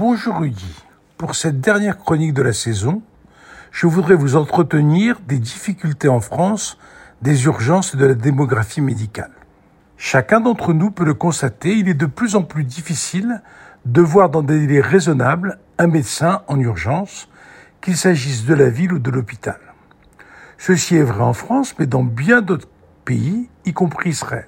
Bonjour Rudy. Pour cette dernière chronique de la saison, je voudrais vous entretenir des difficultés en France, des urgences et de la démographie médicale. Chacun d'entre nous peut le constater, il est de plus en plus difficile de voir dans des délais raisonnables un médecin en urgence, qu'il s'agisse de la ville ou de l'hôpital. Ceci est vrai en France, mais dans bien d'autres pays, y compris Israël.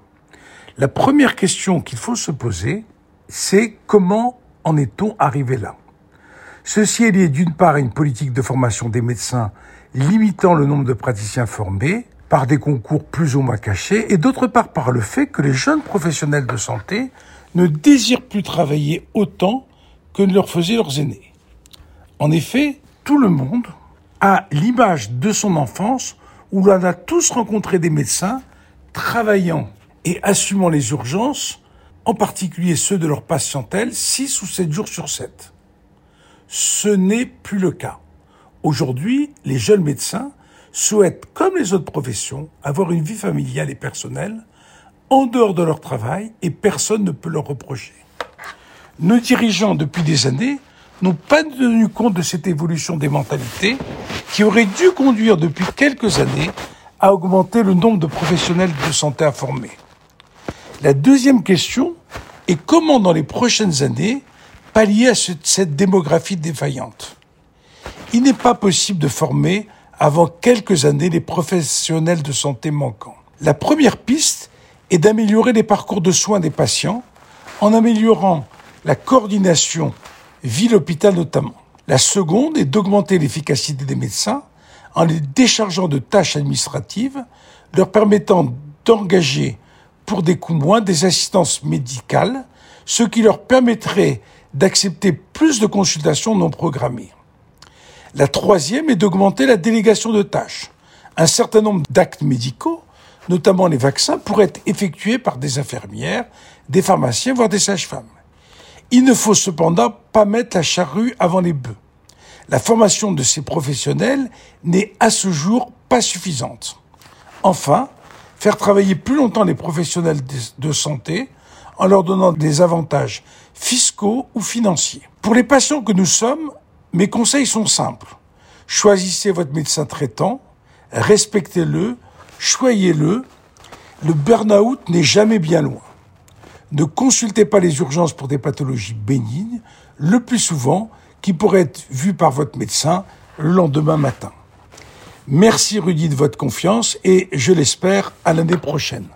La première question qu'il faut se poser, c'est comment en est-on arrivé là ? Ceci est lié d'une part à une politique de formation des médecins limitant le nombre de praticiens formés par des concours plus ou moins cachés et d'autre part par le fait que les jeunes professionnels de santé ne désirent plus travailler autant que ne leur faisaient leurs aînés. En effet, tout le monde a l'image de son enfance où l'on a tous rencontré des médecins travaillant et assumant les urgences, en particulier ceux de leur patientèle, 6 ou 7 jours sur 7. Ce n'est plus le cas. Aujourd'hui, les jeunes médecins souhaitent, comme les autres professions, avoir une vie familiale et personnelle en dehors de leur travail et personne ne peut leur reprocher. Nos dirigeants, depuis des années, n'ont pas tenu compte de cette évolution des mentalités qui aurait dû conduire depuis quelques années à augmenter le nombre de professionnels de santé à former. La deuxième question est comment, dans les prochaines années, pallier à cette démographie défaillante. Il n'est pas possible de former avant quelques années les professionnels de santé manquants. La première piste est d'améliorer les parcours de soins des patients en améliorant la coordination ville-hôpital notamment. La seconde est d'augmenter l'efficacité des médecins en les déchargeant de tâches administratives, leur permettant d'engager pour des coûts moins des assistances médicales, ce qui leur permettrait d'accepter plus de consultations non programmées. La troisième est d'augmenter la délégation de tâches. Un certain nombre d'actes médicaux, notamment les vaccins, pourraient être effectués par des infirmières, des pharmaciens, voire des sages-femmes. Il ne faut cependant pas mettre la charrue avant les bœufs. La formation de ces professionnels n'est à ce jour pas suffisante. Enfin, faire travailler plus longtemps les professionnels de santé en leur donnant des avantages fiscaux ou financiers. Pour les patients que nous sommes, mes conseils sont simples. Choisissez votre médecin traitant, respectez-le, choyez-le. Le burn-out n'est jamais bien loin. Ne consultez pas les urgences pour des pathologies bénignes, le plus souvent qui pourraient être vues par votre médecin le lendemain matin. Merci Rudy de votre confiance et je l'espère à l'année prochaine.